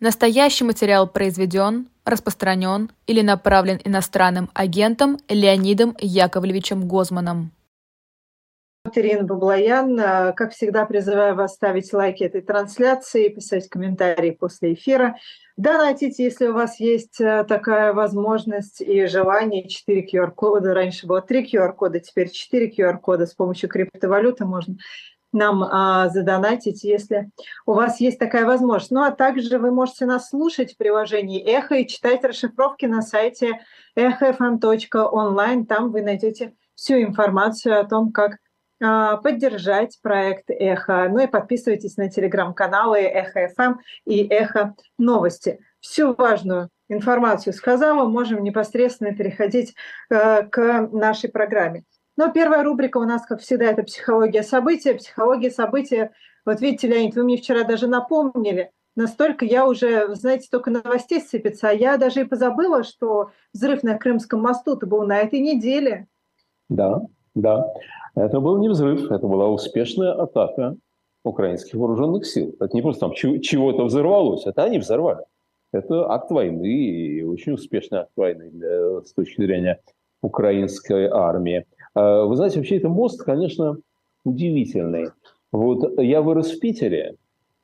Настоящий материал произведен, распространен или направлен иностранным агентом Леонидом Яковлевичем Гозманом. Ирина Баблоян. Как всегда, призываю вас ставить лайки этой трансляции, писать комментарии после эфира. Донатите, если у вас есть такая возможность и желание. 4 QR-кода. Раньше было 3 QR-кода, теперь 4 QR-кода. С помощью криптовалюты можно нам задонатить, если у вас есть такая возможность. Ну а также вы можете нас слушать в приложении «Эхо» и читать расшифровки на сайте echo.fm.online. Там вы найдете всю информацию о том, как поддержать проект «Эхо». Ну и подписывайтесь на телеграм-каналы «Эхо ФМ» и «Эхо Новости». Всю важную информацию сказала, можем непосредственно переходить к нашей программе. Но первая рубрика у нас, как всегда, это «Психология события». Психология события. Вот видите, Леонид, вы мне вчера даже напомнили. Настолько я уже, знаете, только новостей сыпется. А я даже и позабыла, что взрыв на Крымском мосту-то был на этой неделе. Да, да. Это был не взрыв, это была успешная атака украинских вооруженных сил. Это не просто там чего-то взорвалось, это они взорвали. Это акт войны, и очень успешный акт войны с точки зрения украинской армии. Вы знаете, вообще это мост, конечно, удивительный. Вот я вырос в Питере,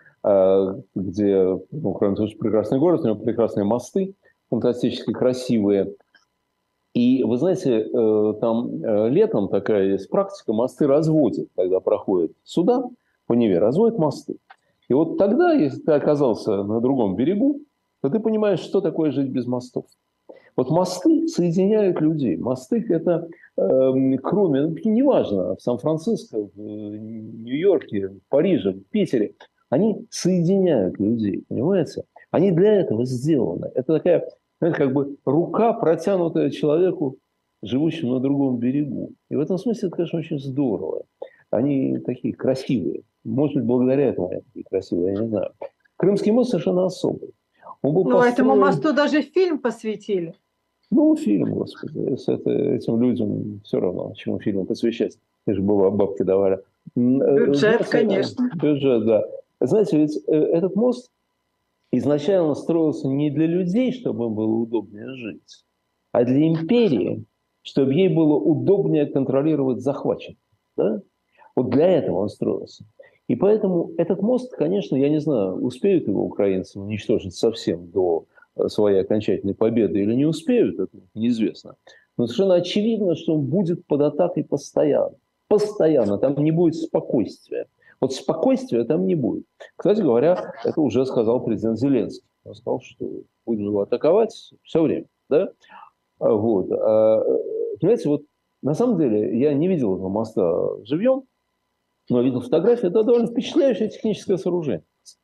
где, кроме того, что прекрасный город, у него прекрасные мосты, фантастически красивые. И вы знаете, там летом такая есть практика, мосты разводят, когда проходят суда по Неве, разводят мосты. И вот тогда, если ты оказался на другом берегу, то ты понимаешь, что такое жить без мостов. Вот мосты соединяют людей. Мосты – это, кроме, неважно, в Сан-Франциско, в Нью-Йорке, в Париже, в Питере, они соединяют людей, понимаете? Они для этого сделаны. Это такая, знаете, как бы рука, протянутая человеку, живущему на другом берегу. И в этом смысле это, конечно, очень здорово. Они такие красивые. Может быть, благодаря этому они такие красивые, я не знаю. Крымский мост совершенно особый. Он был построен... этому мосту даже фильм посвятили. Ну, фильм, господи. Этим людям все равно, чему фильм посвящать. Это же бабки давали. Бюджет, конечно. Бюджет, да. Знаете, ведь этот мост изначально строился не для людей, чтобы им было удобнее жить, а для империи, чтобы ей было удобнее контролировать захватчиков. Да? Вот для этого он строился. И поэтому этот мост, конечно, я не знаю, успеют его украинцы уничтожить совсем до своей окончательной победы или не успеют, это неизвестно. Но совершенно очевидно, что он будет под атакой постоянно. Постоянно. Там не будет спокойствия. Вот спокойствия там не будет. Кстати говоря, это уже сказал президент Зеленский. Он сказал, что будем его атаковать все время. Да? Вот. Понимаете, вот на самом деле я не видел этого моста живьем, но видел фотографии. Это довольно впечатляющее техническое сооружение.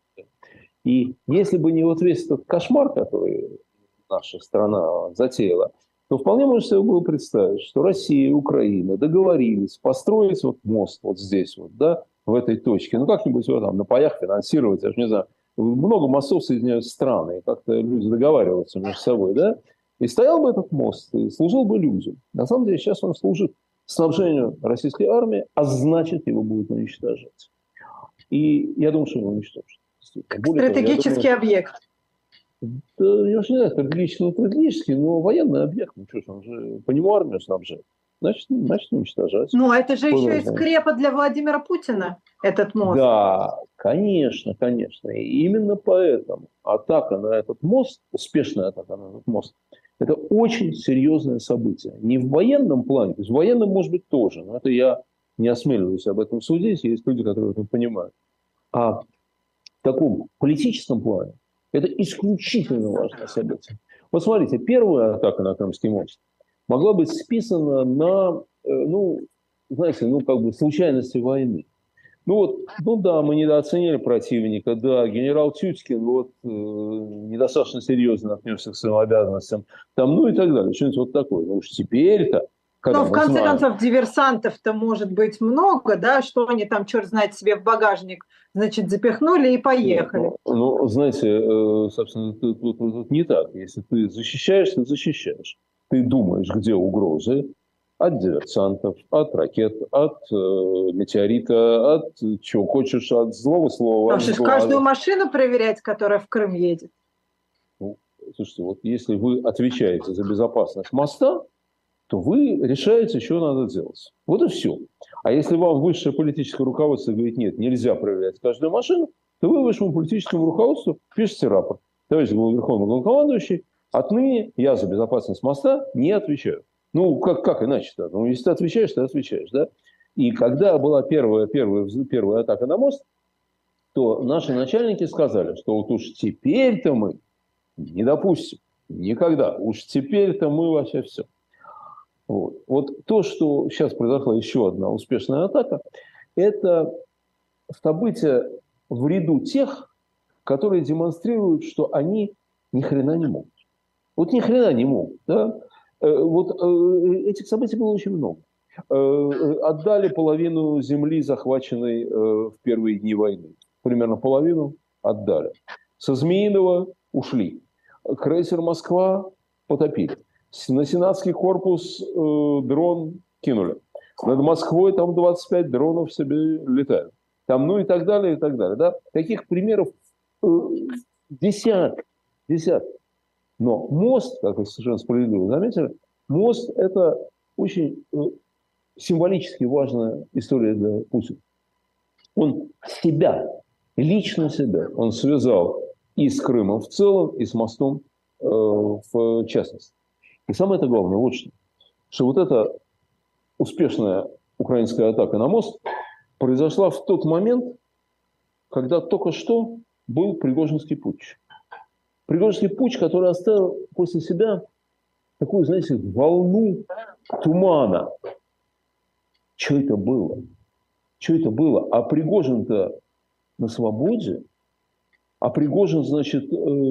И если бы не вот весь этот кошмар, который наша страна затеяла, то вполне можно себе было представить, что Россия и Украина договорились построить вот мост вот здесь вот, да, в этой точке. Ну, как-нибудь его там на паях финансировать, я же не знаю. Много мостов соединяют страны, и как-то люди договариваются между собой, да. И стоял бы этот мост, и служил бы людям. На самом деле сейчас он служит снабжению российской армии, а значит, его будут уничтожать. И я думаю, что его уничтожат. Как стратегический объект. Да, я же не знаю, стратегический, но военный объект. Ну что ж, он же по нему армию снабжает. Значит, уничтожать. Ну, это же еще и скрепа для Владимира Путина, этот мост. Да, конечно, конечно. И именно поэтому атака на этот мост, успешная атака на этот мост, это очень серьезное событие. Не в военном плане, то есть в военном, может быть, тоже, но это я не осмеливаюсь об этом судить, есть люди, которые это понимают. А в таком политическом плане это исключительно важное событие. Вот смотрите, первая атака на Крымский мост могла быть списана на, случайности войны. Да, мы недооценили противника, да, генерал Тюткин недостаточно серьезно отнесся к своим обязанностям, и так далее, что-нибудь вот такое. Ну уж теперь-то, но в конце концов диверсантов-то может быть много, да, что они там, черт знает, себе в багажник, значит, запихнули и поехали. Знаете, собственно, тут не так. Если ты защищаешь, ты защищаешь. Ты думаешь, где угрозы от диверсантов, от ракет, от метеорита, от чего хочешь, от злого слова. Каждую машину проверять, которая в Крым едет. слушайте, вот если вы отвечаете за безопасность моста, то вы решаете, что надо делать. Вот и все. А если вам высшее политическое руководство говорит, нет, нельзя проверять каждую машину, то вы высшему политическому руководству пишете рапорт. Товарищ верховный главнокомандующий, отныне я за безопасность моста не отвечаю. Ну, как иначе-то? Ну, если ты отвечаешь, да? И когда была первая атака на мост, то наши начальники сказали, что вот уж теперь-то мы не допустим. Никогда. Уж теперь-то мы вообще все. Вот то, что сейчас произошла еще одна успешная атака, это событие в ряду тех, которые демонстрируют, что они ни хрена не могут. Вот ни хрена не могут. Да? Этих событий было очень много. Отдали половину земли, захваченной в первые дни войны. Примерно половину отдали. Со Змеиного ушли. Крейсер «Москва» потопили. На Сенатский корпус дрон кинули. Над Москвой там 25 дронов себе летают. Там, ну и так далее, и так далее. Да? Таких примеров десятки. Но мост, как вы совершенно справедливо заметили, мост – это очень символически важная история для Путина. Он себя, лично себя, он связал и с Крымом в целом, и с мостом в частности. И самое это главное, вот что вот эта успешная украинская атака на мост произошла в тот момент, когда только что был Пригожинский путч. Пригожинский путч, который оставил после себя такую, знаете, волну тумана. Что это было? А Пригожин-то на свободе, а Пригожин, значит,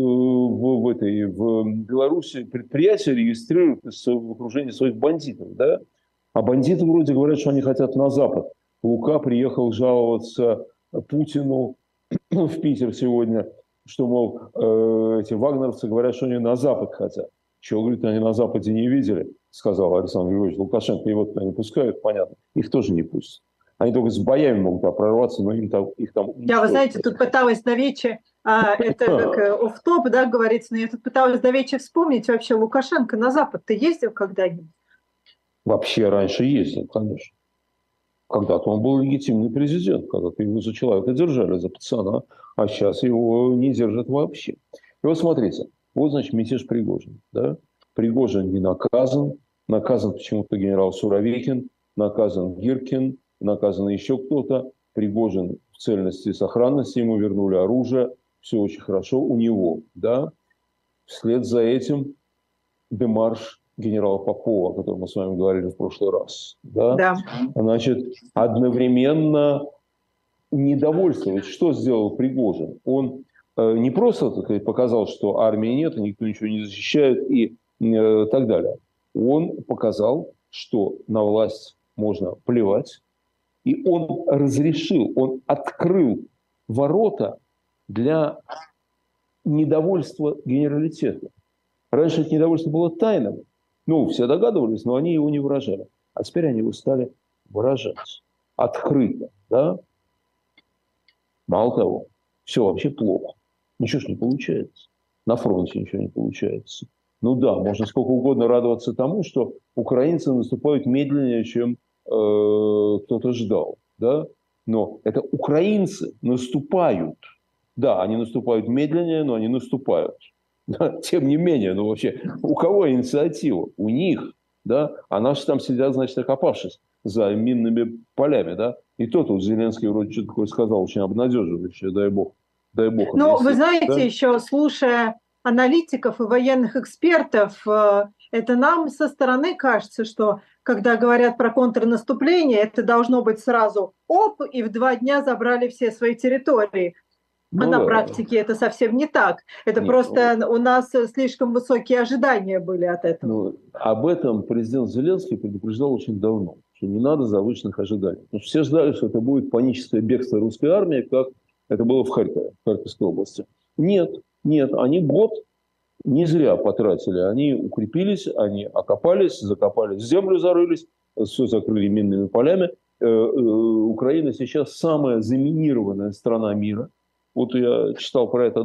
в Беларуси предприятие регистрирует в окружении своих бандитов, да? А бандиты вроде говорят, что они хотят на Запад. Лука приехал жаловаться Путину в Питер сегодня, что, мол, эти вагнеровцы говорят, что они на Запад хотят. Чего, говорит, они на Западе не видели, сказал Александр Григорьевич Лукашенко. И вот они пускают, понятно, их тоже не пустят. Они только с боями могут прорваться, но их там... Да, вы знаете, тут пыталась давеча, это как офф-топ, да, говорится, но я тут пыталась давеча вспомнить, вообще Лукашенко на Запад ты ездил когда-нибудь? Вообще раньше ездил, конечно. Когда-то он был легитимный президент, когда-то его за человека держали, за пацана, а сейчас его не держат вообще. И вот смотрите, вот, значит, мятеж Пригожина. Да? Пригожин не наказан, наказан почему-то генерал Суровикин, наказан Гиркин, наказан еще кто-то. Пригожин в цельности и сохранности, ему вернули оружие, все очень хорошо у него. Да? Вслед за этим демарш генерала Попова, о котором мы с вами говорили в прошлый раз. Да? Значит, одновременно недовольство. Что сделал Пригожин? Он не просто, так сказать, показал, что армии нет, никто ничего не защищает и так далее. Он показал, что на власть можно плевать, и он разрешил, он открыл ворота для недовольства генералитета. Раньше это недовольство было тайным. Ну, все догадывались, но они его не выражали. А теперь они его стали выражать открыто. Да? Мало того, все вообще плохо. Ничего ж не получается. На фронте ничего не получается. Ну да, можно сколько угодно радоваться тому, что украинцы наступают медленнее, чем кто-то ждал. Да? Но это украинцы наступают. Да, они наступают медленнее, но они наступают. Да? Тем не менее, ну вообще, у кого инициатива? У них. Да? А наши там сидят, значит, окопавшись за минными полями. Да? И то тут Зеленский вроде что-то такое сказал, очень обнадеживающее, дай бог. Ну, вы знаете, да? Еще слушая аналитиков и военных экспертов, это нам со стороны кажется, что когда говорят про контрнаступление, это должно быть сразу оп, и в 2 дня забрали все свои территории. А на практике это совсем не так. Это просто у нас слишком высокие ожидания были от этого. Ну, об этом президент Зеленский предупреждал очень давно, что не надо завышенных ожиданий. Потому что все ждали, что это будет паническое бегство русской армии, как это было в Харькове, в Харьковской области. Нет, они год не зря потратили. Они укрепились, они окопались, закопались, землю зарылись, все закрыли минными полями. Украина сейчас самая заминированная страна мира. Вот я читал про это, да.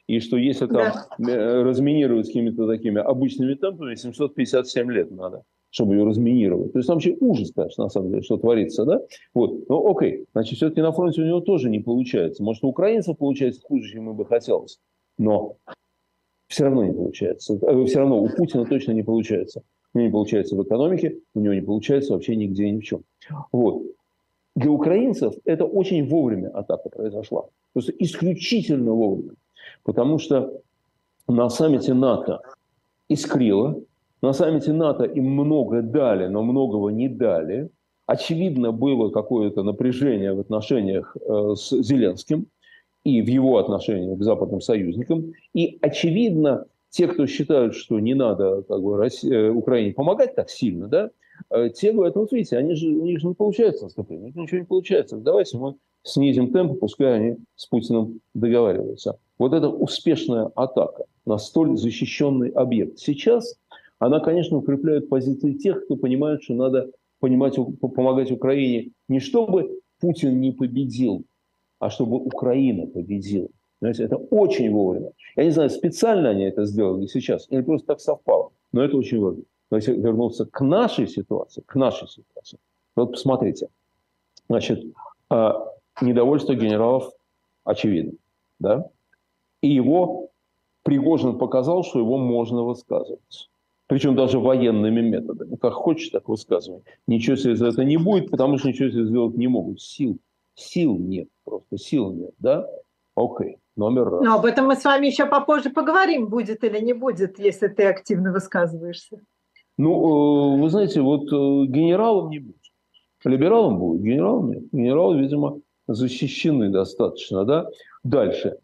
и что если там разминировать какими-то такими обычными темпами, 757 лет надо, чтобы ее разминировать. То есть там вообще ужас, конечно, на самом деле, что творится, да? Вот. Но окей, значит, все-таки на фронте у него тоже не получается. Может, у украинцев получается хуже, чем им бы хотелось, но все равно не получается. Все равно у Путина точно не получается. У него не получается в экономике, у него не получается вообще нигде и ни в чем. Вот. Для украинцев это очень вовремя атака произошла. Просто исключительно вовремя. Потому что на саммите НАТО искрило, на саммите НАТО им много дали, но многого не дали. Очевидно, было какое-то напряжение в отношениях с Зеленским и в его отношениях к западным союзникам. И, очевидно, те, кто считают, что не надо Украине помогать так сильно, да, те говорят, вот видите, у них же не получается наступление, у них ничего не получается. Давайте мы снизим темп, пускай они с Путиным договариваются. Вот это успешная атака на столь защищенный объект. Сейчас она, конечно, укрепляет позиции тех, кто понимает, что надо помогать Украине не чтобы Путин не победил, а чтобы Украина победила. Знаете, это очень вовремя. Я не знаю, специально они это сделали сейчас, или просто так совпало, но это очень важно. Но если вернуться к нашей ситуации, вот посмотрите, значит, недовольство генералов очевидно, да? И его Пригожин показал, что его можно высказывать. Причем даже военными методами. Как хочешь, так высказывай. Ничего себе за это не будет, потому что ничего себе сделать не могут. Сил нет, просто сил нет, да? Окей, номер раз. Но об этом мы с вами еще попозже поговорим, будет или не будет, если ты активно высказываешься. Ну, вы знаете, вот генералам не будет. Либералам будет, генералам нет. Генералы, видимо, защищены достаточно, да? Дальше.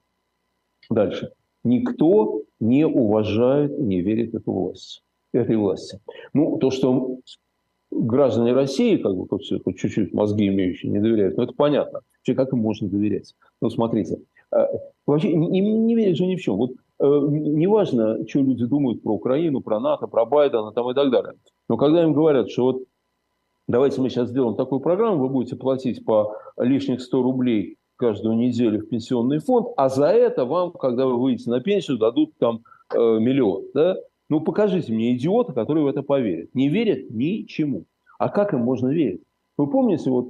Никто не уважает и не верит этой власти. Ну, то, что граждане России, хоть чуть-чуть мозги имеющие, не доверяют, ну, это понятно. Вообще, как им можно доверять? Ну, смотрите, вообще не верят же ни в чем. Вот неважно, что люди думают про Украину, про НАТО, про Байдена там, и так далее. Но когда им говорят, что вот давайте мы сейчас сделаем такую программу, вы будете платить по лишних 100 рублей каждую неделю в пенсионный фонд, а за это вам, когда вы выйдете на пенсию, дадут там миллион. Да? Ну, покажите мне идиота, который в это поверит. Не верят ничему. А как им можно верить? Вы помните, вот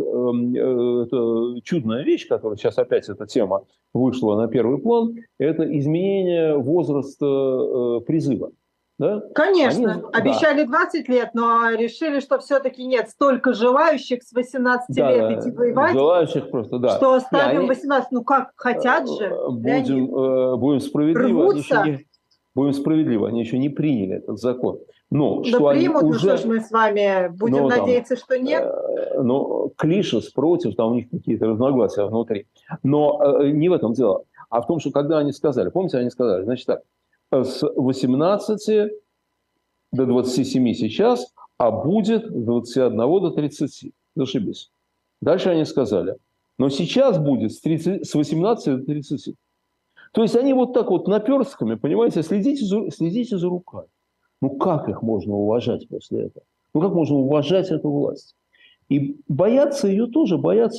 эта чудная вещь, которая сейчас опять эта тема вышла на первый план, это изменение возраста призыва. Да? Конечно. Обещали 20 лет, но решили, что все-таки нет столько желающих с 18 лет идти воевать. Желающих просто, да. Что оставим 18. Ну как, хотят же. Будем справедливы. Будем справедливы, они еще не приняли этот закон. Но да что примут, они уже... что ж мы с вами будем надеяться, что нет? Но Клишес против, там у них какие-то разногласия внутри. Но не в этом дело. А в том, что когда они сказали, помните, они сказали, значит так, с 18 до 27 сейчас, а будет с 21 до 30. Зашибись. Дальше они сказали, но сейчас будет с 18 до 30. То есть они вот так вот наперстками, понимаете, следите за руками. Ну как их можно уважать после этого? Ну как можно уважать эту власть? И бояться ее тоже,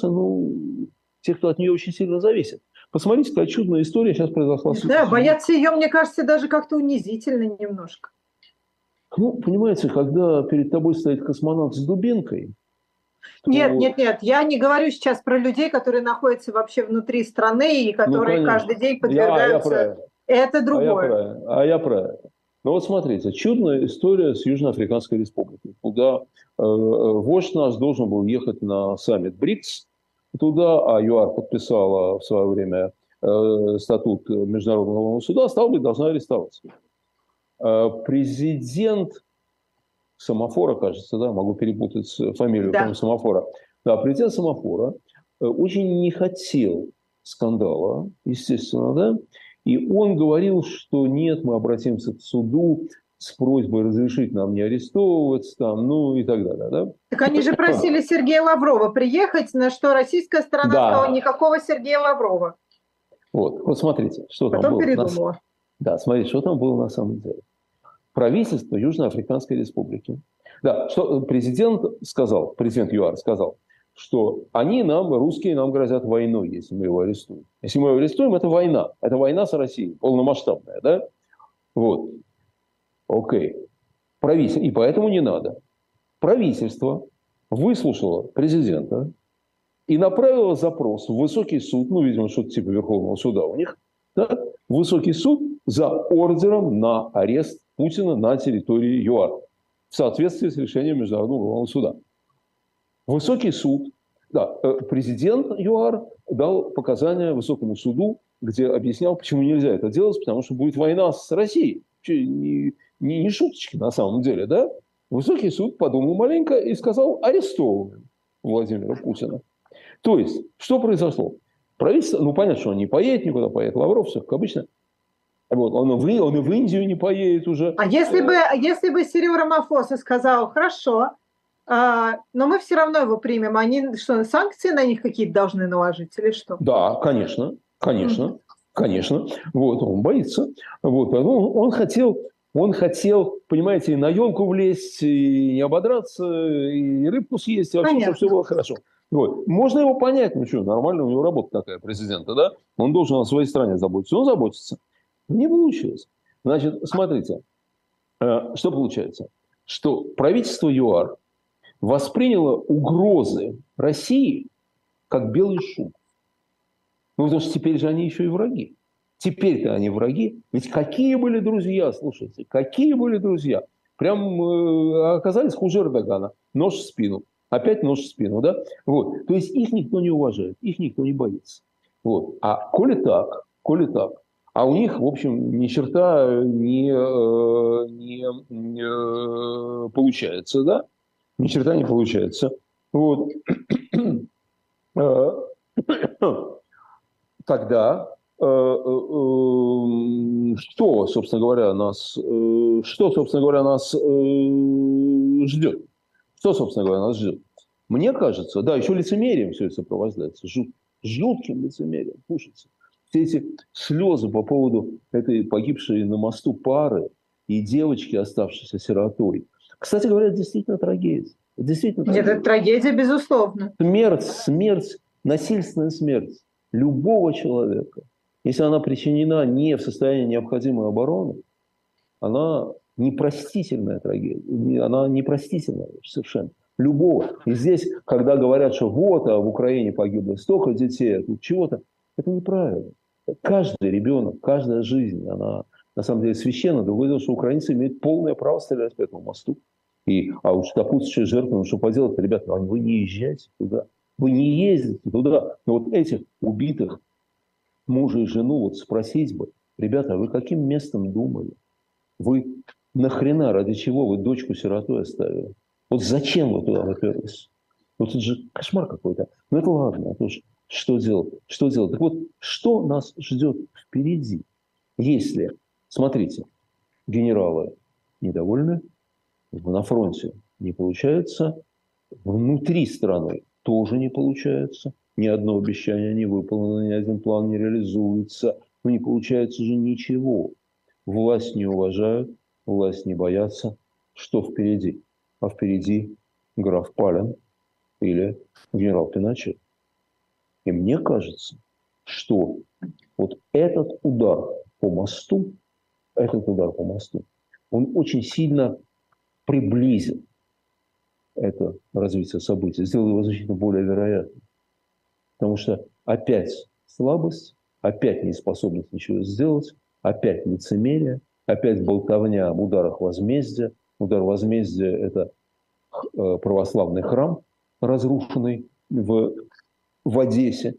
те, кто от нее очень сильно зависит. Посмотрите, какая чудная история сейчас произошла. Да, бояться ее, мне кажется, даже как-то унизительно немножко. Ну, понимаете, когда перед тобой стоит космонавт с дубинкой... Нет, я не говорю сейчас про людей, которые находятся вообще внутри страны и которые каждый день подвергаются... Это другое. Я правильно. Ну вот смотрите, чудная история с Южноафриканской Республикой, куда вождь наш должен был ехать на саммит БРИКС, туда, а ЮАР подписала в свое время статут Международного уголовного суда, стало быть, должна арестоваться. Президент Самофора, кажется, да, могу перепутать фамилию, да. Самофора. Да, президент Самофора очень не хотел скандала, естественно, да, и он говорил, что нет, мы обратимся к суду с просьбой разрешить нам не арестовываться, там, ну и так далее. Да? Так они же просили Сергея Лаврова приехать, на что российская сторона сказала никакого Сергея Лаврова. Вот смотрите, что потом там было. Передумала. Да, смотрите, что там было на самом деле. Правительство Южноафриканской Республики. Да, что президент ЮАР сказал, что они нам, русские, нам грозят войной, если мы его арестуем. Если мы его арестуем, это война. Это война с Россией, полномасштабная, да? Вот. Окей. И поэтому не надо. Правительство выслушало президента и направило запрос в высокий суд, ну, видимо, что-то типа Верховного суда у них, да? В высокий суд за ордером на арест Путина на территории ЮАР в соответствии с решением Международного уголовного суда. Высокий суд, да, президент ЮАР дал показания высокому суду, где объяснял, почему нельзя это делать, потому что будет война с Россией. Не шуточки на самом деле, да? Высокий суд подумал маленько и сказал: арестовываем Владимира Путина. То есть, что произошло? Правительство, ну, понятно, что он не поедет никуда, поедет Лавров, все как обычно. Вот, он и в Индию не поедет уже. А если бы Сирил Рамафоса сказал: хорошо, но мы все равно его примем, они что, санкции на них какие-то должны наложить или что? Да, конечно. Вот, он боится. Вот, ну, он хотел, понимаете, и на елку влезть, и не ободраться, и рыбку съесть, и вообще, чтобы все было хорошо. Вот. Можно его понять, ну что, нормально, у него работа такая, президента, да? Он должен о своей стране заботиться. Он заботится. Не получилось. Значит, смотрите, что получается? Что правительство ЮАР восприняло угрозы России как белый шум. Ну, потому что теперь же они еще и враги. Теперь-то они враги. Ведь какие были друзья, слушайте, какие были друзья. Прям оказались хуже Эрдогана. Нож в спину. Опять нож в спину, да? Вот. То есть их никто не уважает, их никто не боится. Вот. А коли так, а у них, в общем, ни черта не получается, да? Ни черта не получается. Вот. Тогда что, собственно говоря, нас ждет? Что, собственно говоря, нас ждет? Мне кажется, да, еще лицемерием все это сопровождается, жутким лицемерием, слушайте. Все эти слезы по поводу этой погибшей на мосту пары и девочки, оставшейся сиротой. Кстати говоря, это действительно трагедия. Нет, это трагедия, безусловно. Смерть, насильственная смерть любого человека, если она причинена не в состоянии необходимой обороны, она непростительная трагедия. Она непростительная совершенно. Любого. И здесь, когда говорят, что вот, а в Украине погибло столько детей, а тут чего-то, это неправильно. Каждый ребенок, каждая жизнь, она на самом деле священна. Другое дело, что украинцы имеют полное право стрелять по этому мосту. А уж сопутствующие жертвы, ну что поделать, ребята, вы не езжайте туда. Вы не ездите туда. Но вот этих убитых мужа и жену вот спросить бы: ребята, а вы каким местом думали? Вы нахрена, ради чего вы дочку сиротой оставили? Вот зачем вы туда наперлись? Вот это же кошмар какой-то. Ну это ладно, а то что делать? Так вот, что нас ждет впереди? Если, смотрите, генералы недовольны, на фронте не получается, внутри страны тоже не получается, ни одно обещание не выполнено, ни один план не реализуется, ну не получается же ничего. Власть не уважают, власть не боятся. Что впереди? А впереди граф Палин или генерал Пиночет. И мне кажется, что вот этот удар по мосту, он очень сильно приблизит это развитие событий, сделал его значительно более вероятным. Потому что опять слабость, опять неспособность ничего сделать, опять лицемерие, опять болтовня об ударах возмездия. Удар возмездия – это православный храм, разрушенный в Одессе,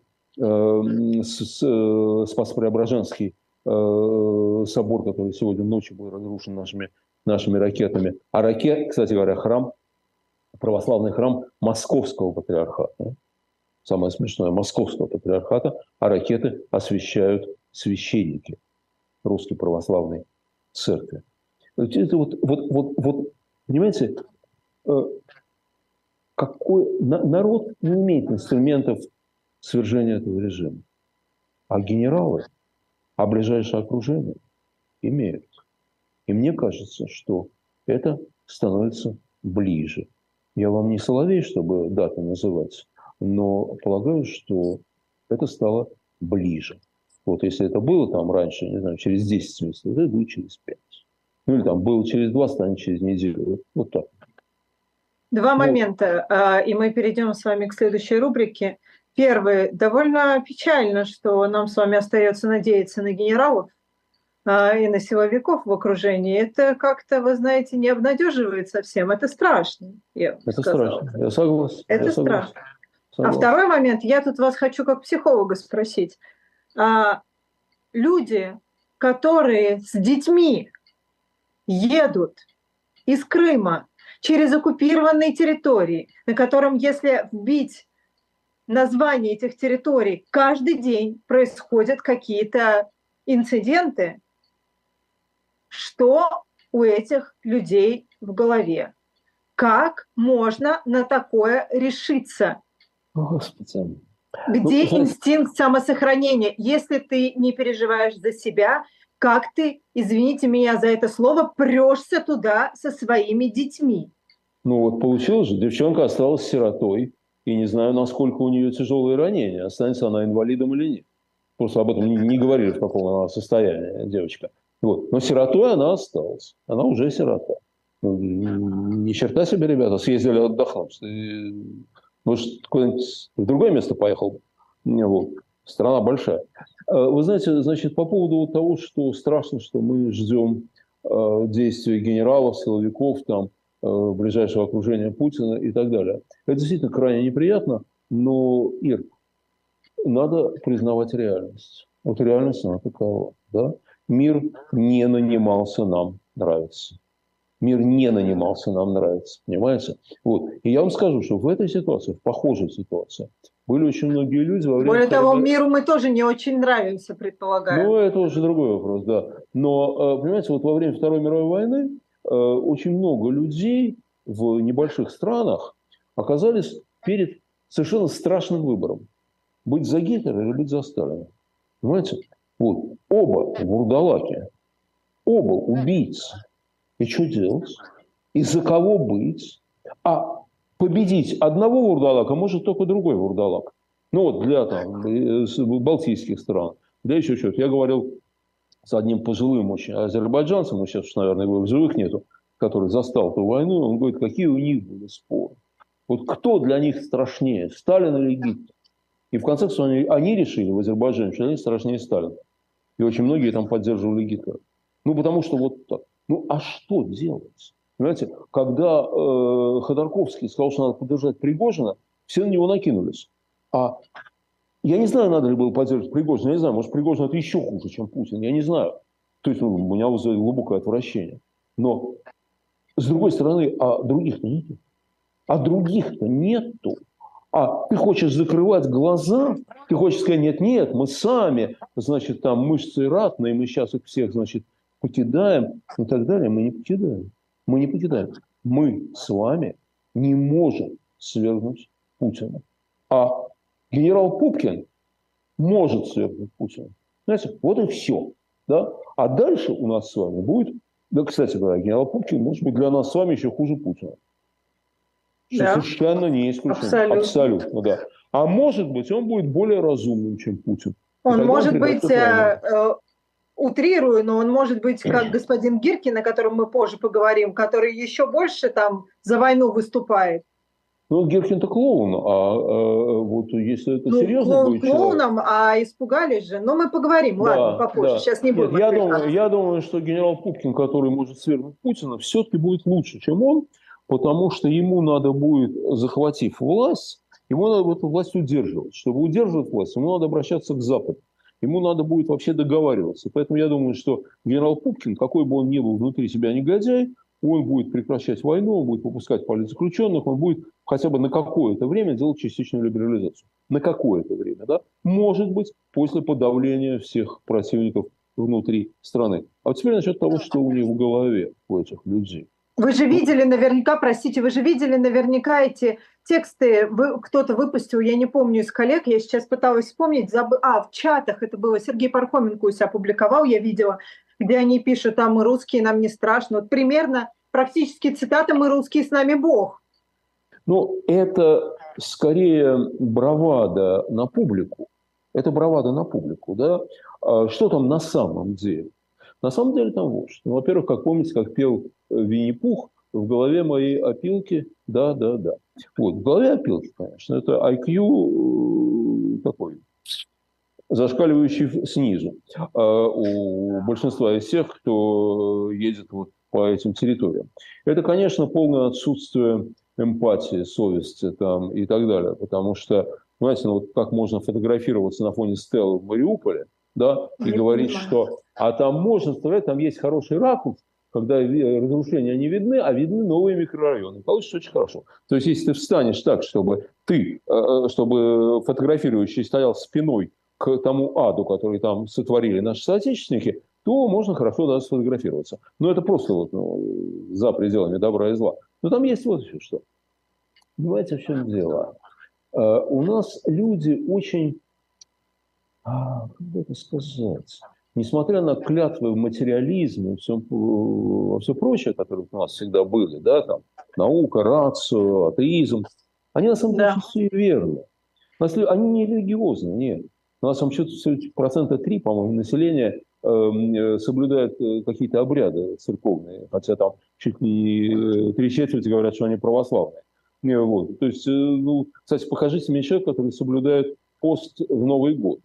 Спас-Преображенский собор, который сегодня ночью был разрушен нашими ракетами. А кстати говоря, православный храм Московского патриархата. Самое смешное, Московского патриархата, а ракеты освещают священники Русской Православной Церкви. Это вот понимаете, народ не имеет инструментов свержения этого режима, а генералы, а ближайшее окружение имеют. И мне кажется, что это становится ближе. Я вам не соловей, чтобы даты называть, но полагаю, что это стало ближе. Вот если это было там раньше, не знаю, через 10 месяцев, это будет через 5. Ну или там было через 2, станет через неделю. Вот так. Два момента, и мы перейдем с вами к следующей рубрике. Первый. Довольно печально, что нам с вами остается надеяться на генералов и на силовиков в окружении. Это как-то, вы знаете, не обнадеживает совсем. Это страшно, я бы сказала. Страшно. Я согласен. Это страшно. А второй момент. Я тут вас хочу как психолога спросить. Люди, которые с детьми едут из Крыма через оккупированные территории, на котором, если вбить название этих территорий, каждый день происходят какие-то инциденты, что у этих людей в голове? Как можно на такое решиться? Господи. Где инстинкт самосохранения? Если ты не переживаешь за себя, как ты, извините меня за это слово, прешься туда со своими детьми? Ну вот получилось же, девчонка осталась сиротой, и не знаю, насколько у нее тяжелые ранения, останется она инвалидом или нет. Просто об этом не говорили, в каком она состоянии, девочка. Вот. Но сиротой она осталась. Она уже сирота. Ну, ни черта себе, ребята, съездили отдохнуть. Может, куда-нибудь в другое место поехал? Вот. Страна большая. Вы знаете, значит, по поводу вот того, что страшно, что мы ждем действий генералов, силовиков, там, ближайшего окружения Путина и так далее. Это действительно крайне неприятно, но, Ир, надо признавать реальность. Вот реальность она такова. Да? Мир не нанимался нам нравится. Мир не нанимался нам нравится. Понимаете? Вот. И я вам скажу, что в этой ситуации, в похожей ситуации, были очень многие люди во время... Более того, миру мы тоже не очень нравимся, предполагаю. Ну, это уже другой вопрос, да. Но, понимаете, вот во время Второй мировой войны очень много людей в небольших странах оказались перед совершенно страшным выбором. Быть за Гитлера или быть за Сталина. Понимаете? Вот. Оба вурдалаки, оба убийцы. И что делать? И за кого быть? А победить одного вурдалака может только другой вурдалак. Ну вот для там, балтийских стран, для еще чего-то. Я говорил с одним пожилым очень азербайджанцем, ну сейчас, наверное, его в живых нету, который застал ту войну, он говорит, какие у них были споры. Вот кто для них страшнее, Сталин или Гитлер? И в конце концов они решили в Азербайджане, что они страшнее Сталина. И очень многие там поддерживали Гитлера. Ну, потому что вот так. Ну, а что делать? Понимаете, когда Ходорковский сказал, что надо поддержать Пригожина, все на него накинулись. А я не знаю, надо ли было поддерживать Пригожина. Я не знаю, может, Пригожин это еще хуже, чем Путин. Я не знаю. То есть у меня вызывает глубокое отвращение. Но, с другой стороны, а других-то нету. А других-то нету. А ты хочешь закрывать глаза, ты хочешь сказать, нет, мы сами, значит, там мышцы ратные, мы сейчас их всех, значит, покидаем и так далее. Мы не покидаем. Мы не покидаем. Мы с вами не можем свергнуть Путина. А генерал Пупкин может свергнуть Путина. Знаете, вот и все. Да? А дальше у нас с вами будет... Да, кстати говоря, генерал Пупкин может быть для нас с вами еще хуже Путина. Что да. Совершенно не исключено. Абсолютно, да. А может быть, он будет более разумным, чем Путин. Он может быть, утрирую, но он может быть как господин Гиркин, о котором мы позже поговорим, который еще больше там за войну выступает. Ну, Гиркин-то клоун, а вот если это серьезно клоун будет клоуном, а испугались же. Но мы поговорим, да, ладно, попозже, да. Сейчас не будем. Нет, я думаю, что генерал Пупкин, который может свергнуть Путина, все-таки будет лучше, чем он, потому что ему надо будет, захватив власть, ему надо эту власть удерживать. Чтобы удерживать власть, ему надо обращаться к Западу. Ему надо будет вообще договариваться. Поэтому я думаю, что генерал Пупкин, какой бы он ни был внутри себя негодяй, он будет прекращать войну, он будет выпускать политзаключенных, он будет хотя бы на какое-то время делать частичную либерализацию. На какое-то время, да? Может быть, после подавления всех противников внутри страны. А вот теперь насчет того, что у них в голове у этих людей. Вы же видели наверняка, простите, вы же видели наверняка эти тексты, кто-то выпустил, я не помню из коллег, я сейчас пыталась вспомнить, в чатах это было, Сергей Пархоменко у себя опубликовал, я видела, где они пишут, а мы русские, нам не страшно. Вот примерно, практически цитата «мы русские, с нами Бог». Ну, это скорее бравада на публику. Это бравада на публику, да? Что там на самом деле? На самом деле там вот что. Ну, во-первых, как помните, как пел Винни-Пух, в голове моей опилки, да, да, да. Вот, в голове опилки, конечно, это IQ такой, зашкаливающий снизу у большинства из тех, кто едет вот по этим территориям. Это, конечно, полное отсутствие эмпатии, совести там, и так далее, потому что, знаете, ну, вот как можно фотографироваться на фоне стелы в Мариуполе, да, и Я говорить, понимаю. что а там можно сказать, там есть хороший ракурс, когда разрушения не видны, а видны новые микрорайоны. Получится очень хорошо. То есть, если ты встанешь так, чтобы ты, чтобы фотографирующий стоял спиной к тому аду, который там сотворили наши соотечественники, то можно хорошо даже сфотографироваться. Но это просто вот, за пределами добра и зла. Но там есть вот еще что. Понимаете, в чем дело? У нас люди очень, как бы это сказать, несмотря на клятвы в материализме и все прочее, которые у нас всегда были, да, там, наука, рацио, атеизм, они на самом деле Да. очень суеверны. Они не религиозны, нет. У нас там что-то 3%, по-моему, населения соблюдает какие-то обряды церковные, хотя там чуть не 3/4 говорят, что они православные. Вот. То есть, ну, кстати, покажите мне человека, который соблюдает пост в Новый год.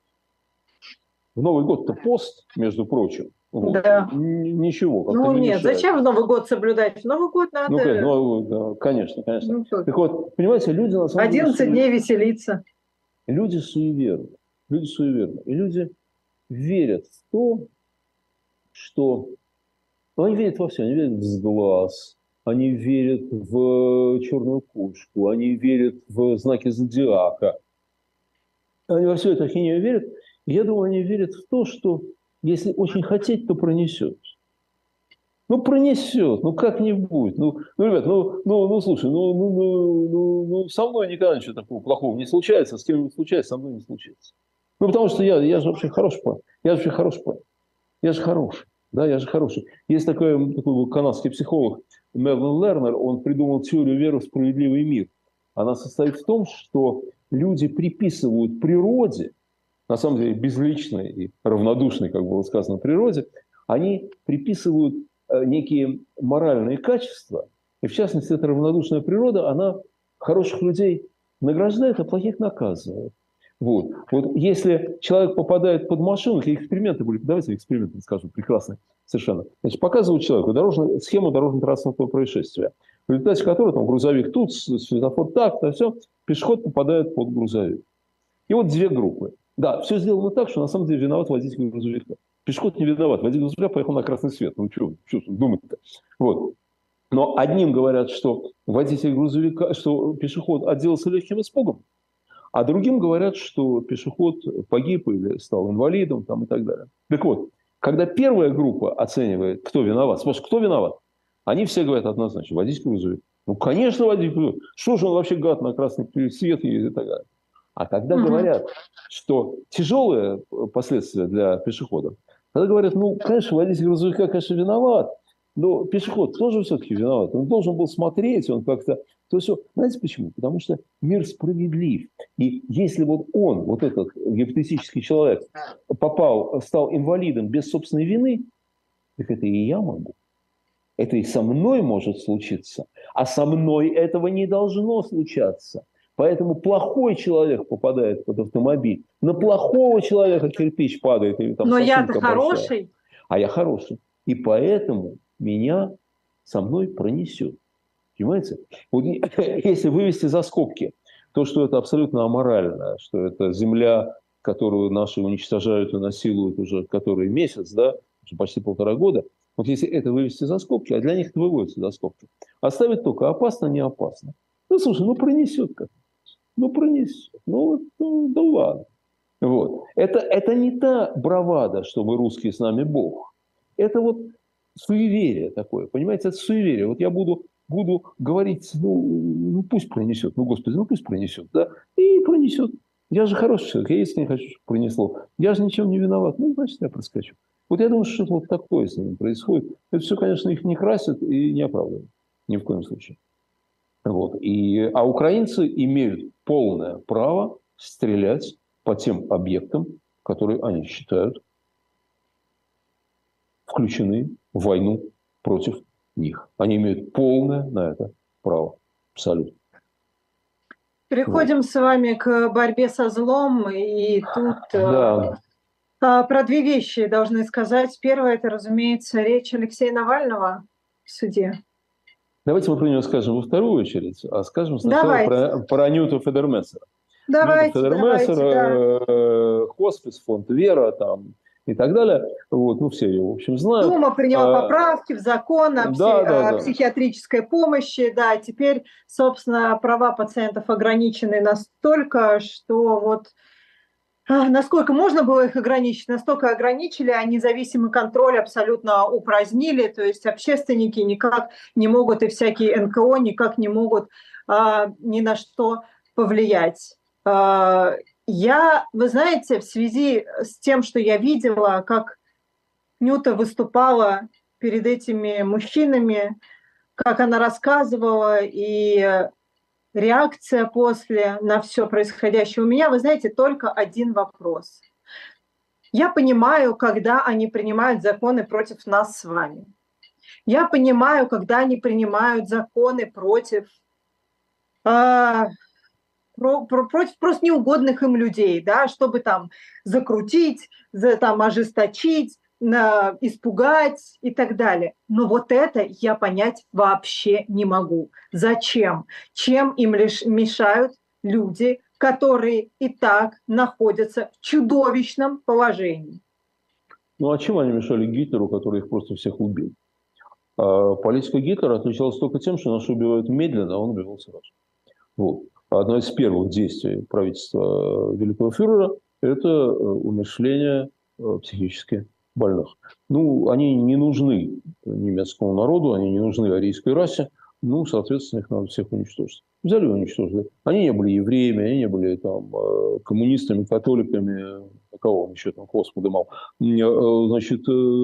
В Новый год-то пост, между прочим. Вот. Да. Ничего, как-то Ну не нет, мешает. зачем в Новый год соблюдать? В Новый год Ну, надо да, конечно, конечно. ну, Так вот, понимаете, люди на самом деле 11 дней веселиться. люди суеверны. Люди суеверны. И люди верят в то, что... Ну, они верят во все. Они верят в сглаз, они верят в черную кошку, они верят в знаки зодиака. Они во всю эту ахинею верят. И я думаю, они верят в то, что если очень хотеть, то пронесет. Ну, пронесет, ну, как-нибудь. Ребят, слушай, со мной никогда ничего такого плохого не случается, с кем-нибудь случается, со мной не случится. Ну, потому что я же вообще хороший парень. Я же вообще хороший парень. Я же хороший. Да, я же хороший. Есть такой канадский психолог Мелвин Лернер, он придумал теорию веры в справедливый мир. Она состоит в том, что люди приписывают природе, на самом деле безличной и равнодушной, как было сказано, природе, они приписывают некие моральные качества. И в частности, эта равнодушная природа, она хороших людей награждает, а плохих наказывает. Вот. Вот если человек попадает под машину, какие эксперименты были, давайте эксперименты расскажу, прекрасные совершенно. Значит, показывают человеку схему дорожно-транспортного происшествия, в результате которого там грузовик тут, светофор так, то все, пешеход попадает под грузовик. И вот две группы. Да, все сделано так, что на самом деле виноват водитель грузовика. Пешеход не виноват, водитель грузовика поехал на красный свет. Ну что думать-то? Вот. Но одним говорят, что водитель грузовика, что пешеход отделался легким испугом, а другим говорят, что пешеход погиб или стал инвалидом там, и так далее. Так вот, когда первая группа оценивает, кто виноват, спрашивают, кто виноват, они все говорят однозначно, водитель грузовика. Ну, конечно, водитель грузовика. Что же он вообще гад на красный свет и так далее. А когда говорят, что тяжелые последствия для пешеходов, тогда говорят, ну, конечно, водитель грузовика, конечно, виноват, но пешеход тоже все-таки виноват. Он должен был смотреть, он как-то... То есть, знаете почему? Потому что мир справедлив. И если вот он, вот этот гипотетический человек, стал инвалидом без собственной вины, так это и я могу. Это и со мной может случиться. А со мной этого не должно случаться. Поэтому плохой человек попадает под автомобиль. На плохого человека кирпич падает. Или там Но я-то большая. хороший. А я хороший. И поэтому меня со мной пронесет. Понимаете? Вот если вывести за скобки то, что это абсолютно аморально, что это земля, которую наши уничтожают и насилуют уже который месяц, да, уже почти 1,5 года, вот если это вывести за скобки, а для них это выводится за скобки, оставить только опасно, не опасно. Ну, слушай, пронесет как. Пронесет. Да ладно. Вот. Это не та бравада, что мы русские, с нами Бог. Это вот суеверие такое, понимаете, это суеверие. Вот я буду говорить, пусть пронесет, Господи, пусть пронесет, да, и пронесет. Я же хороший человек, я искренне хочу, чтобы пронесло. Я же ничем не виноват, значит, я проскочу. Вот я думаю, что что-то вот такое с ними происходит. Это все, конечно, их не красит и не оправдывает. Ни в коем случае. Вот. А украинцы имеют полное право стрелять по тем объектам, которые они считают включены в войну против них. Они имеют полное на это право. Абсолютно. Переходим Вот. с вами к борьбе со злом. И тут Да. про две вещи должны сказать. Первое, это, разумеется, речь Алексея Навального в суде. Давайте мы про него скажем во вторую очередь, а скажем сначала Давайте. про Ньюта Федермессера. Давайте, Федермессер, хоспис, фонд Вера там, и так далее. Вот, ну, все его, в общем, знают. Дума приняла поправки в закон о Да. психиатрической помощи. Да, теперь, собственно, права пациентов ограничены настолько, что вот насколько можно было их ограничить, настолько ограничили, а независимый контроль абсолютно упразднили, то есть общественники никак не могут, и всякие НКО никак не могут ни на что повлиять. Вы знаете, в связи с тем, что я видела, как Нюта выступала перед этими мужчинами, как она рассказывала, и реакция после на все происходящее. У меня, вы знаете, только один вопрос. Я понимаю, когда они принимают законы против нас с вами. Я понимаю, когда они принимают законы против просто неугодных им людей, да, чтобы там закрутить, там ожесточить, испугать и так далее. Но вот это я понять вообще не могу. Зачем? Чем им лишь мешают люди, которые и так находятся в чудовищном положении? Ну, а чем они мешали Гитлеру, который их просто всех убил? Политика Гитлера отличалась только тем, что нас убивают медленно, а он убивал сразу. Вот. Одно из первых действий правительства великого фюрера – это умерщвление психически больных. Ну, они не нужны немецкому народу, они не нужны арийской расе, ну, соответственно, их надо всех уничтожить. Взяли и уничтожили. Они не были евреями, они не были там коммунистами, католиками, кого он еще там хвост подымал. Значит,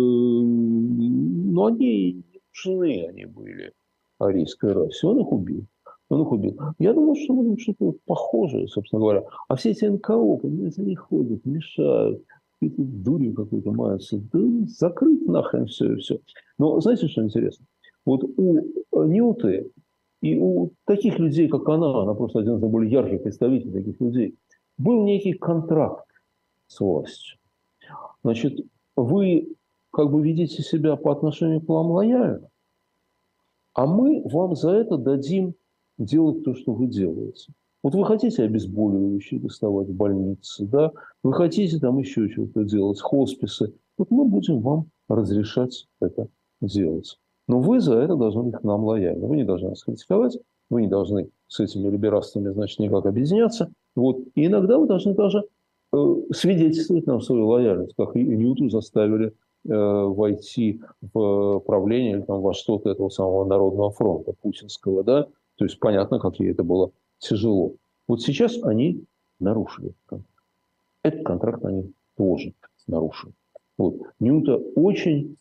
но они не нужны, они были арийской расе. Он их убил. Я думаю, что мы что-то похожее, собственно говоря. А все эти НКО, понимаете, они ходят, мешают, какой-то дурью какой-то маются. Да закрыть нахрен все и все. Но знаете, что интересно? Вот у Ньюты и у таких людей, как она просто один из наиболее ярких представителей таких людей, был некий контракт с властью. Значит, вы как бы ведите себя по отношению к вам лояльно, а мы вам за это дадим делать то, что вы делаете. Вот вы хотите обезболивающие доставать в больнице, да? Вы хотите там еще что-то делать, хосписы. Вот мы будем вам разрешать это делать. Но вы за это должны быть к нам лояльны. Вы не должны нас критиковать, вы не должны с этими либерастами, значит, никак объединяться. Вот. И иногда вы должны даже свидетельствовать нам свою лояльность, как и Ньюту заставили войти в правление или там, во что-то этого самого Народного фронта путинского, да, то есть понятно, как ей это было тяжело. Вот сейчас они нарушили контракт. Этот контракт они тоже нарушили. Вот. Ньюта очень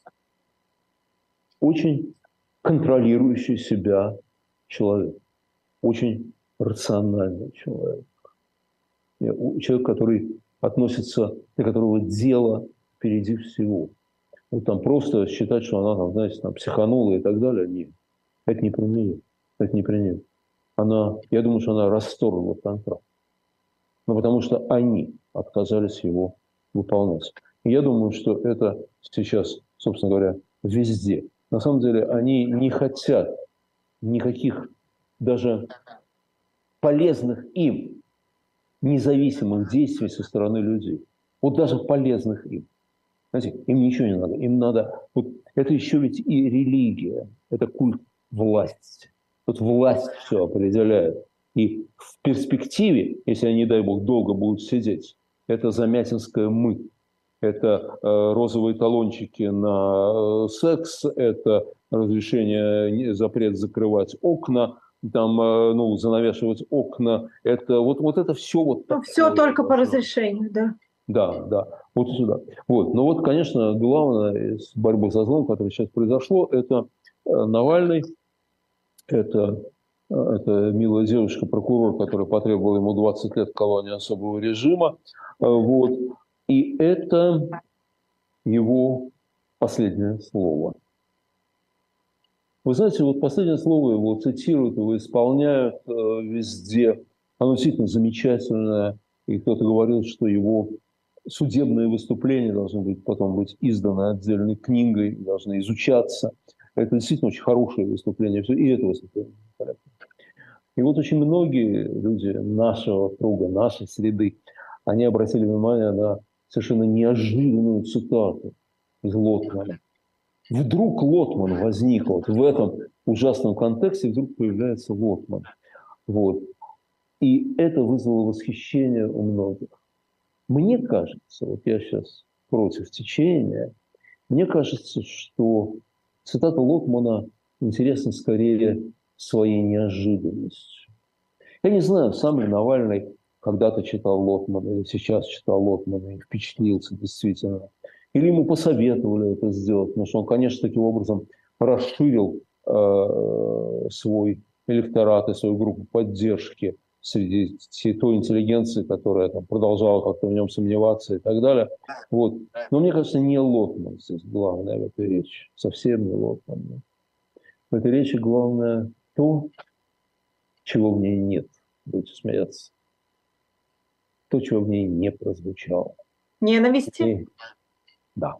контролирующий себя человек. Очень рациональный человек. Человек, который относится, для которого дело впереди всего. Вот там просто считать, что она там, знаете, там, психанула и так далее, нет. Это не про нее. Это не про нее. Я думаю, что она расторгла контракт. Но потому что они отказались его выполнять. И я думаю, что это сейчас, собственно говоря, везде. На самом деле они не хотят никаких даже полезных им независимых действий со стороны людей. Вот даже полезных им. Знаете, им ничего не надо. Им надо... Вот это еще ведь и религия. Это культ власти. Вот власть все определяет. И в перспективе, если они, не дай бог, долго будут сидеть, это замятинская «мы». Это розовые талончики на секс, это разрешение, запрет закрывать окна, там, занавешивать окна. Это вот это все вот такое. Все только по разрешению, да. Да, вот сюда. Вот. Но вот, конечно, главное из борьбы со злом, которое сейчас произошло, это Навальный, это Это милая девушка-прокурор, которая потребовала ему 20 лет колонии особого режима. Вот. И это его последнее слово. Вы знаете, вот последнее слово его цитируют, его исполняют везде. Оно действительно замечательное. И кто-то говорил, что его судебные выступления должны быть потом быть изданы отдельной книгой, должны изучаться. Это действительно очень хорошее выступление. И это выступление. И вот очень многие люди нашего круга, нашей среды, они обратили внимание на совершенно неожиданную цитату из Лотмана. Вдруг Лотман возник вот в этом ужасном контексте, вдруг появляется Лотман. Вот. И это вызвало восхищение у многих. Мне кажется, вот я сейчас против течения, мне кажется, что цитата Лотмана интересна скорее своей неожиданностью. Я не знаю, сам ли Навальный когда-то читал Лотмана или сейчас читал Лотмана и впечатлился действительно. Или ему посоветовали это сделать, потому что он, конечно, таким образом расширил свой электорат и свою группу поддержки среди той интеллигенции, которая там продолжала как-то в нем сомневаться и так далее. Вот. Но мне кажется, не Лотман здесь главное в этой речи. Совсем не Лотман. В этой речи главное то, чего в ней нет. Будете смеяться. То, чего в ней не прозвучало. Ненависти? Да.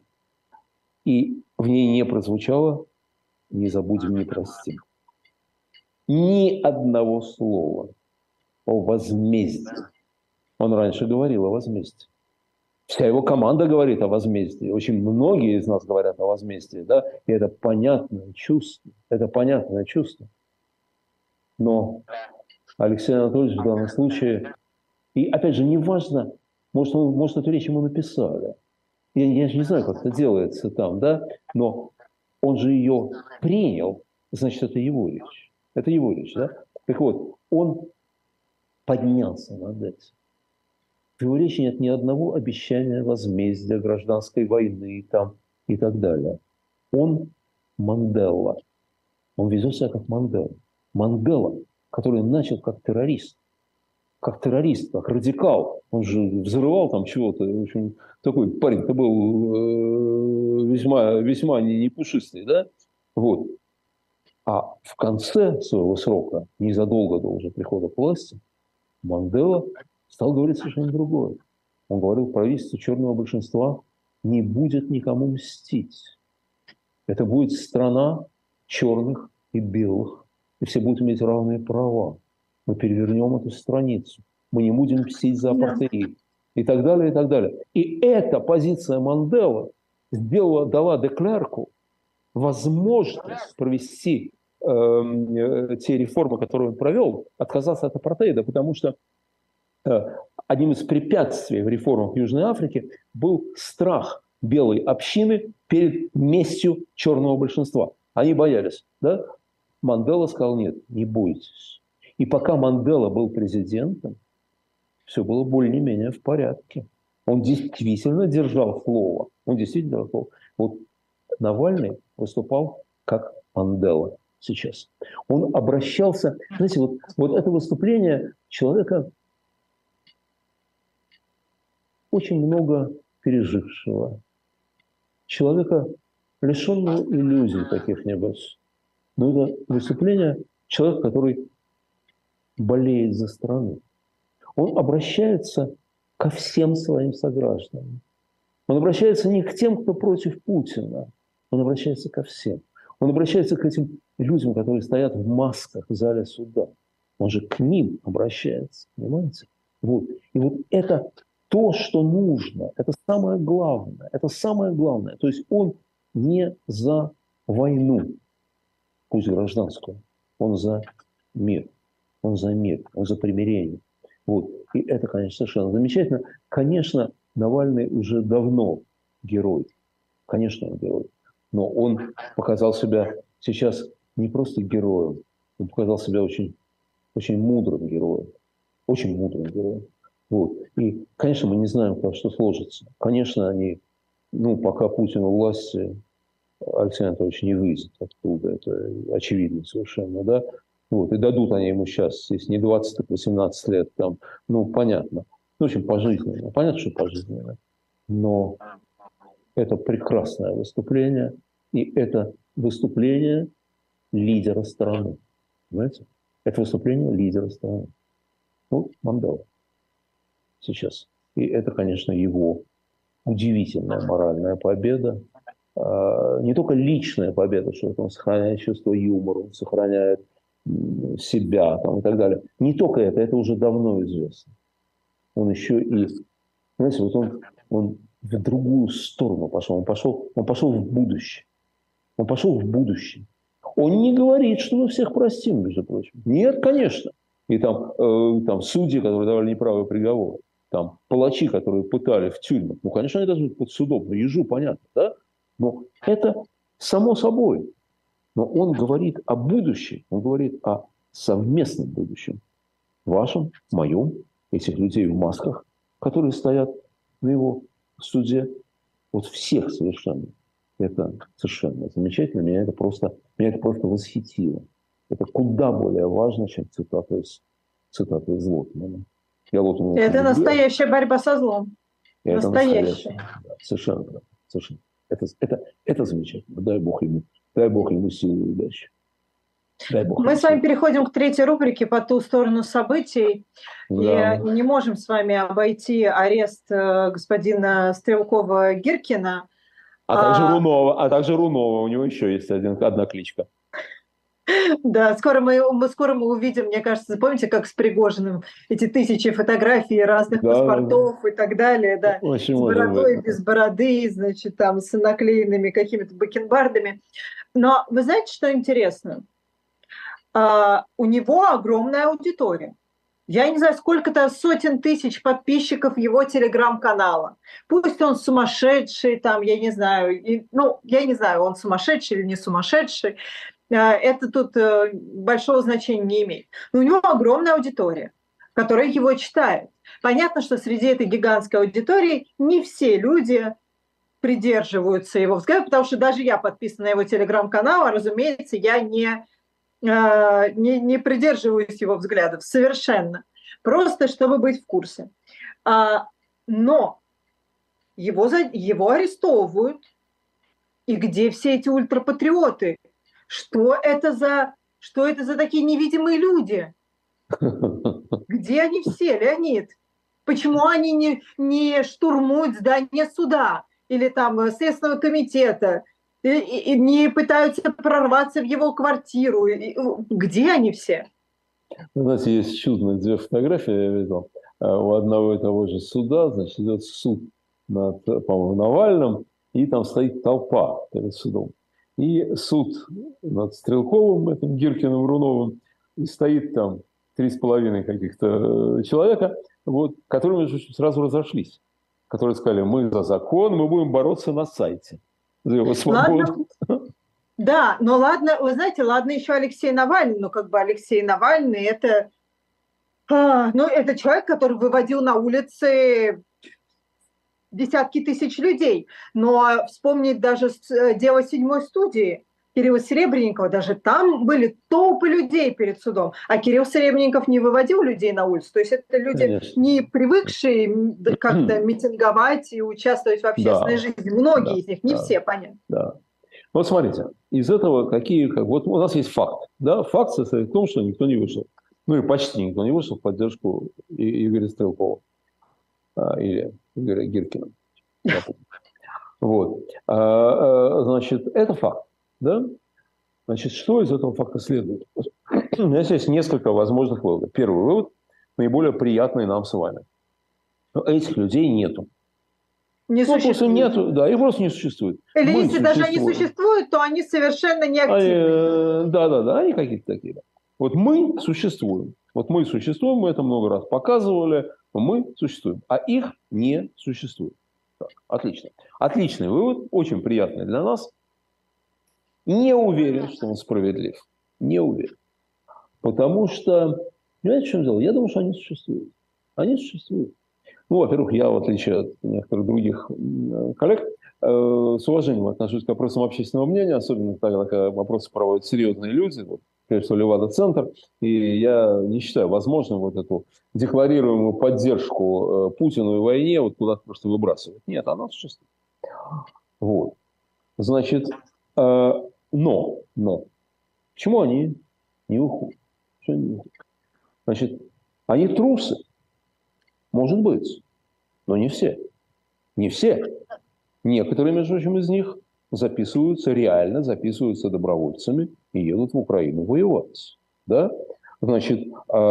И в ней не прозвучало «не забудем, не простим». Ни одного слова о возмездии. Он раньше говорил о возмездии. Вся его команда говорит о возмездии. Очень многие из нас говорят о возмездии. Да? И это понятное чувство. Это понятное чувство. Но Алексей Анатольевич в данном случае... И опять же, неважно, может эту речь ему написали. Я же не знаю, как это делается там, да? Но он же ее принял, значит, это его речь. Это его речь, да? Так вот, он поднялся над этим. В его речи нет ни одного обещания возмездия, гражданской войны там, и так далее. Он Манделла. Он везет себя как Манделла. Манделла, который начал как террорист, как радикал. Он же взрывал там чего-то. В общем, такой парень-то был весьма не пушистый, да? Вот. А в конце своего срока, незадолго до уже прихода к власти, Мандела стал говорить совершенно другое. Он говорил, правительство черного большинства не будет никому мстить. Это будет страна черных и белых, и все будут иметь равные права. Мы перевернем эту страницу. Мы не будем мстить за апартеид. И так далее, и так далее. И эта позиция Манделы дала Деклерку возможность провести те реформы, которые он провел, отказаться от апартеида, потому что одним из препятствий в реформах в Южной Африке был страх белой общины перед местью черного большинства. Они боялись. Да? Мандела сказал, нет, не бойтесь. И пока Мандела был президентом, все было более-менее в порядке. Он действительно держал слово. Он действительно держал слово. Вот Навальный выступал как Мандела сейчас. Он обращался... Знаете, вот это выступление человека очень много пережившего. Человека, лишенного иллюзий каких-нибудь. Но это выступление человека, который болеет за страну. Он обращается ко всем своим согражданам. Он обращается не к тем, кто против Путина. Он обращается ко всем. Он обращается к этим людям, которые стоят в масках в зале суда. Он же к ним обращается. Понимаете? Вот. И вот это то, что нужно. Это самое главное. Это самое главное. То есть он не за войну, пусть гражданскую. Он за мир. Он за мир. Он за примирение. Вот. И это, конечно, совершенно замечательно. Конечно, Навальный уже давно герой. Конечно, он герой. Но он показал себя сейчас не просто героем, он показал себя очень, очень мудрым героем. Очень мудрым героем. Вот. И, конечно, мы не знаем, как что сложится. Конечно, они, пока Путин у власти, Алексей Анатольевич не выйдет оттуда. Это очевидно совершенно, да. Вот, и дадут они ему сейчас, если не 20, так 18 лет, там, ну, понятно. Ну, в общем, пожизненно. Понятно, что пожизненно. Но это прекрасное выступление, и это выступление лидера страны. Понимаете? Это выступление лидера страны. Ну, Мандела сейчас. И это, конечно, его удивительная моральная победа. Не только личная победа, что он сохраняет чувство юмора, он сохраняет себя там, и так далее. Не только это уже давно известно. Он еще и, знаете, вот он в другую сторону пошел. Он пошел в будущее. Он пошел в будущее. Он не говорит, что мы всех простим, между прочим. Нет, конечно. И там судьи, которые давали неправые приговоры, там палачи, которые пытали в тюрьмах. Ну, конечно, они должны быть под судом. Ну, ежу понятно, да? Но это само собой. Но он говорит о будущем. Он говорит о совместном будущем. Вашем, моем, этих людей в масках, которые стоят на его суде. Вот всех совершенно. Это совершенно замечательно. Меня это просто восхитило. Это куда более важно, чем цитата из Лотмана. Это настоящая борьба со злом. Это настоящая. Да, совершенно правильно. Совершенно. Это замечательно. Дай Бог ему силы и удачи. Мы с вами переходим к третьей рубрике «По ту сторону событий». Да. И не можем с вами обойти арест господина Стрелкова-Гиркина. А также Рунова. У него еще есть одна кличка. Да, скоро мы увидим, мне кажется, помните, как с Пригожиным эти тысячи фотографий разных паспортов и так далее, да, с бородой, без бороды, значит, там, с наклеенными какими-то бакенбардами. Но вы знаете, что интересно? У него огромная аудитория. Я не знаю, сколько-то сотен тысяч подписчиков его телеграм-канала. Пусть он сумасшедший, там, я не знаю, он сумасшедший или не сумасшедший. Это тут большого значения не имеет. Но у него огромная аудитория, которая его читает. Понятно, что среди этой гигантской аудитории не все люди придерживаются его взглядов, потому что даже я подписана на его телеграм-канал, а, разумеется, я не придерживаюсь его взглядов совершенно. Просто чтобы быть в курсе. Но его арестовывают. И где все эти ультрапатриоты? Что это за такие невидимые люди? Где они все, Леонид? Почему они не штурмуют здание суда или там Следственного комитета? И не пытаются прорваться в его квартиру. Где они все? У нас есть чудные две фотографии, я видел. У одного и того же суда, значит, идет суд над, по-моему, Навальным, и там стоит толпа перед судом. И суд над Стрелковым, этим Гиркиным, Руновым, и стоит там 3,5 каких-то человека, вот, которые, между прочим, сразу разошлись. Которые сказали, мы за закон, мы будем бороться на сайте. За его свободу. Да, но ладно, вы знаете, ладно еще Алексей Навальный, но как бы Алексей Навальный это человек, который выводил на улицы десятки тысяч людей. Но вспомнить даже дело седьмой студии Кирилла Серебренникова, даже там были толпы людей перед судом, а Кирилл Серебренников не выводил людей на улицу. То есть это люди, конечно, не привыкшие как-то митинговать и участвовать в общественной жизни. Многие из них, не все, понятно. Да. Вот смотрите, из этого вот у нас есть факт. Да? Факт состоит в том, что никто не вышел. Ну и почти никто не вышел в поддержку Игоря Стрелкова или Игоря Гиркина. Вот. Значит, это факт. Да? Значит, что из этого факта следует? У нас есть несколько возможных выводов. Первый вывод, наиболее приятный нам с вами. Но этих людей нету. Просто нету, да, их просто не существует. Или если даже они существуют, то они совершенно не активны. Да, они какие-то такие. Да. Вот мы существуем. Мы это много раз показывали, но мы существуем. А их не существует. Так, отлично. Отличный вывод, очень приятный для нас. Не уверен, что он справедлив. Не уверен. Потому что, понимаете, в чем дело? Я думаю, что они существуют. Они существуют. Ну, во-первых, я, в отличие от некоторых других коллег, с уважением отношусь к вопросам общественного мнения, особенно тогда, когда вопросы проводят серьезные люди, вот, прежде всего Левада-центр, и я не считаю возможным вот эту декларируемую поддержку Путину и войне вот куда-то просто выбрасывать. Нет, она существует. Вот. Значит, но, почему они не уходят? Значит, они трусы, может быть, но не все. Не все. Некоторые, между прочим, из них реально записываются добровольцами и едут в Украину воевать. Да? Значит,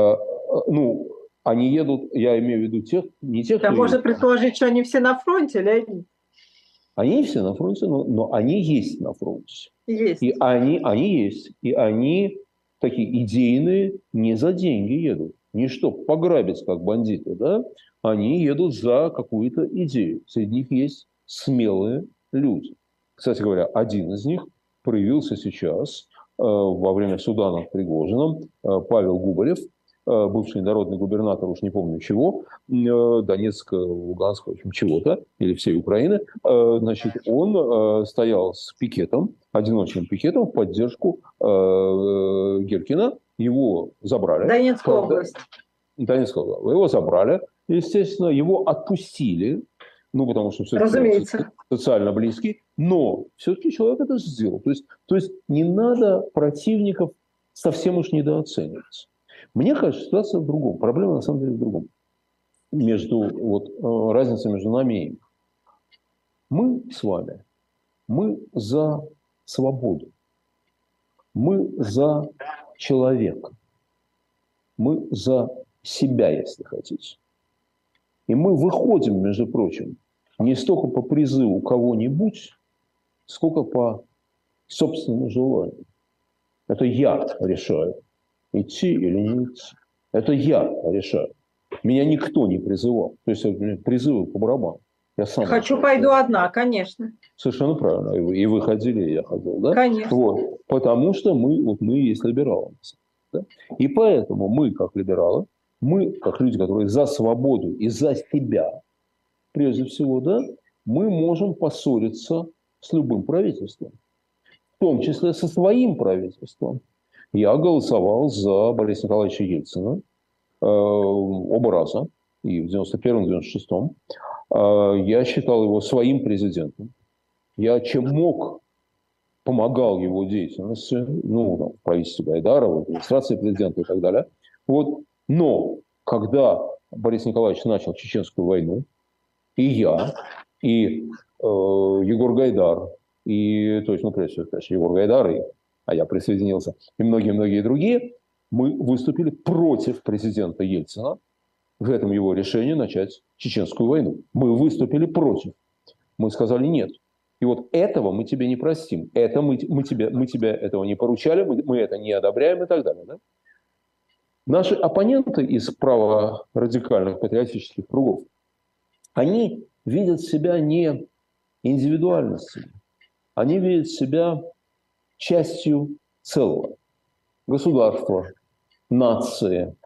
они едут, я имею в виду не тех, кто... Можно предположить, что они все на фронте, Леонид. Они все на фронте, но они есть на фронте. Есть. И они есть. И они такие идейные не за деньги едут. Не чтобы пограбить, как бандиты, да? Они едут за какую-то идею. Среди них есть смелые люди. Кстати говоря, один из них проявился сейчас во время суда над Пригожиным, Павел Губарев, бывший народный губернатор, уж не помню чего, Донецка, Луганска, в общем, чего-то, или всей Украины. Значит, он стоял с пикетом, одиночным пикетом в поддержку Гиркина. Его забрали. Донецкая область. Донецкая область. Его забрали. Естественно, его отпустили, потому что все-таки социально близкий, но все-таки человек это сделал. То есть не надо противников совсем уж недооценивать. Мне кажется, ситуация в другом. Проблема на самом деле в другом. Разница между нами и ими. Мы с вами, мы за свободу. Мы за человека. Мы за себя, если хотите. И мы выходим, между прочим, не столько по призыву кого-нибудь, сколько по собственному желанию. Это я решаю, идти или не идти. Это я решаю. Меня никто не призывал. То есть призывы по барабану. Я сам хочу, пойду одна, конечно. Совершенно правильно. И вы ходили, и я ходил. Да? Конечно. Вот. Потому что мы и есть либералы. Да? И поэтому мы, как либералы, мы, как люди, которые за свободу и за себя, прежде всего, да, мы можем поссориться с любым правительством. В том числе со своим правительством. Я голосовал за Бориса Николаевича Ельцина оба раза, и в 91-м, и в 96-м. Я считал его своим президентом. Я чем мог помогал его деятельности, в правительстве Гайдарова, в администрации президента и так далее. Вот. Но когда Борис Николаевич начал Чеченскую войну, и я, и Егор Гайдар, прежде всего, конечно, Егор Гайдар, а я присоединился, и многие-многие другие, мы выступили против президента Ельцина в этом его решении начать Чеченскую войну. Мы выступили против. Мы сказали нет. И вот этого мы тебе не простим. Это мы тебе этого не поручали, мы это не одобряем и так далее. Да? Наши оппоненты из праворадикальных патриотических кругов, они видят себя не индивидуальностью, они видят себя частью целого. Государства, нации,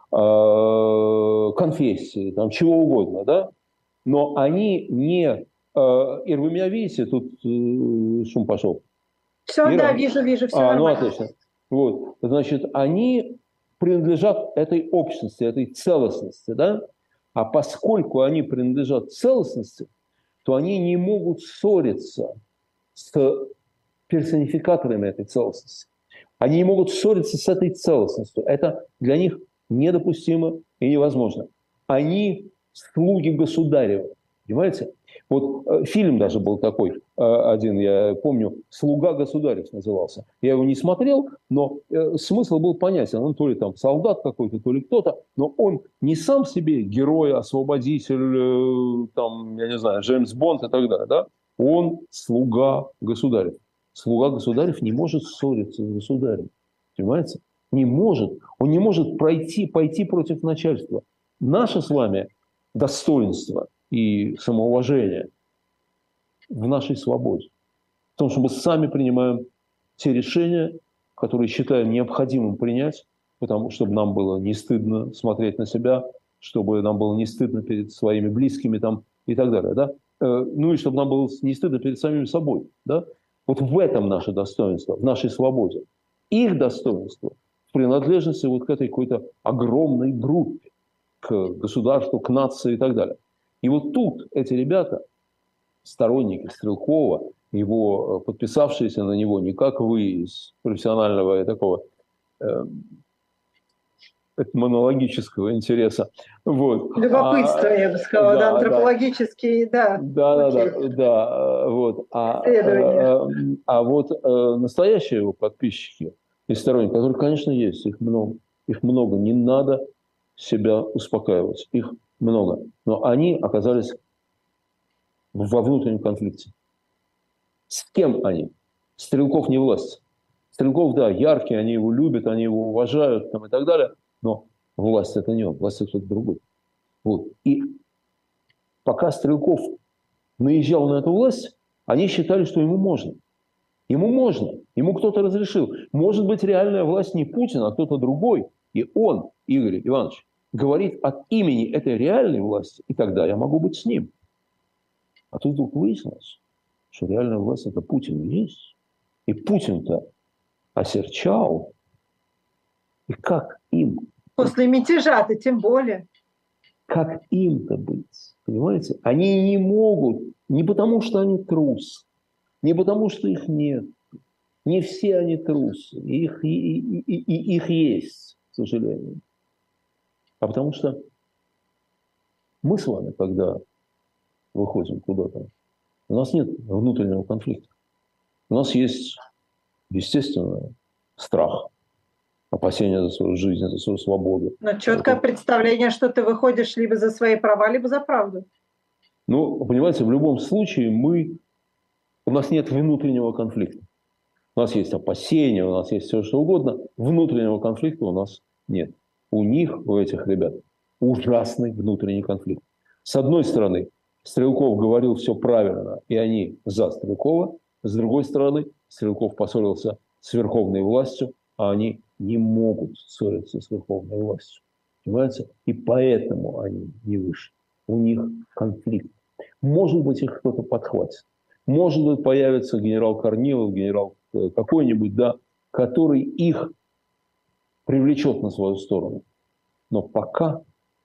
конфессии, чего угодно, да? Но они не... Ир, вы меня видите? Тут шум пошел. Все, Ира? Да, вижу, все нормально. Отлично. Вот. Значит, они принадлежат этой общности, этой целостности, да? А поскольку они принадлежат целостности, то они не могут ссориться с персонификаторами этой целостности. Они не могут ссориться с этой целостностью. Это для них недопустимо и невозможно. Они слуги государева. Понимаете? Вот фильм даже был такой один, я помню, «Слуга государев» назывался. Я его не смотрел, но смысл был понятен. Он то ли там солдат какой-то, то ли кто-то, но он не сам себе герой, освободитель, я не знаю, Джеймс Бонд и так далее. Да? Он слуга государев. Слуга государев не может ссориться с государем. Понимаете? Не может. Он не может пойти против начальства. Наше с вами достоинство и самоуважение в нашей свободе. В том, что мы сами принимаем те решения, которые считаем необходимым принять, чтобы нам было не стыдно смотреть на себя, чтобы нам было не стыдно перед своими близкими и так далее. Да? И чтобы нам было не стыдно перед самим собой. Да? Вот в этом наше достоинство, в нашей свободе. их достоинство в принадлежности вот к этой какой-то огромной группе, к государству, к нации и так далее. И вот тут эти ребята, сторонники Стрелкова, его подписавшиеся на него не как вы из профессионального и такого монологического интереса. Вот. Любопытство, я бы сказала, да, антропологический, да. Вот. Исследования. А вот настоящие его подписчики и сторонники, которые, конечно, есть, их много, не надо себя успокаивать, их много. Но они оказались во внутреннем конфликте. С кем они? Стрелков не власть. Стрелков, да, яркие, они его любят, они его уважают там, и так далее, но власть – это не он, власть – это кто-то другой. Вот. И пока Стрелков наезжал на эту власть, они считали, что ему можно. Ему можно, ему кто-то разрешил. Может быть, реальная власть не Путин, а кто-то другой. И он, Игорь Иванович, говорит от имени этой реальной власти, и тогда я могу быть с ним. А тут вдруг выяснилось, что реальная власть – это Путин и есть. И Путин-то осерчал. И как им? После мятежа-то тем более. Как им-то быть? Понимаете? Они не могут, не потому что они трусы, не потому что их нет. Не все они трусы. Их есть, к сожалению. А потому что мы с вами, когда выходим куда-то, у нас нет внутреннего конфликта. У нас есть, естественно, страх, опасения за свою жизнь, за свою свободу. Но четкое представление, что ты выходишь либо за свои права, либо за правду. Ну, понимаете, в любом случае у нас нет внутреннего конфликта. У нас есть опасения, у нас есть все что угодно. Внутреннего конфликта у нас нет. У них, у этих ребят, ужасный внутренний конфликт. С одной стороны, Стрелков говорил все правильно, и они за Стрелкова. С другой стороны, Стрелков поссорился с верховной властью, а они не могут ссориться с верховной властью. Понимаете? И поэтому они не вышли. У них конфликт. Может быть, их кто-то подхватит. Может быть, появится генерал Корнилов, генерал какой-нибудь, да, который их привлечет на свою сторону. Но пока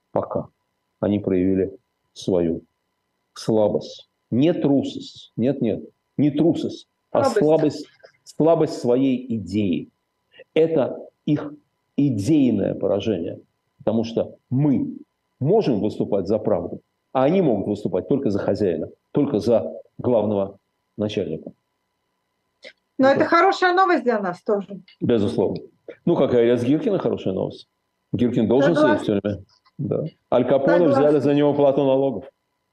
они проявили свою слабость. Не трусость. Нет. Не трусость, а слабость своей идеи. Это их идейное поражение. Потому что мы можем выступать за правду, а они могут выступать только за хозяина, только за главного начальника. Но это хорошая новость для нас тоже. Безусловно. Ну, как говорят, с Гиркина хорошая новость. Гиркин должен сидеть в тюрьме. Да. Аль Капоне взяли за него плату налогов.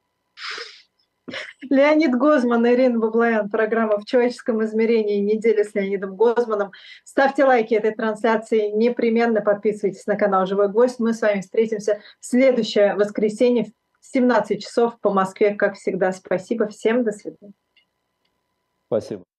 Леонид Гозман, Ирина Баблоян, программа «В человеческом измерении. Неделя с Леонидом Гозманом». Ставьте лайки этой трансляции, непременно подписывайтесь на канал «Живой гвоздь». Мы с вами встретимся в следующее воскресенье в 17 часов по Москве, как всегда. Спасибо всем, до свидания. Спасибо.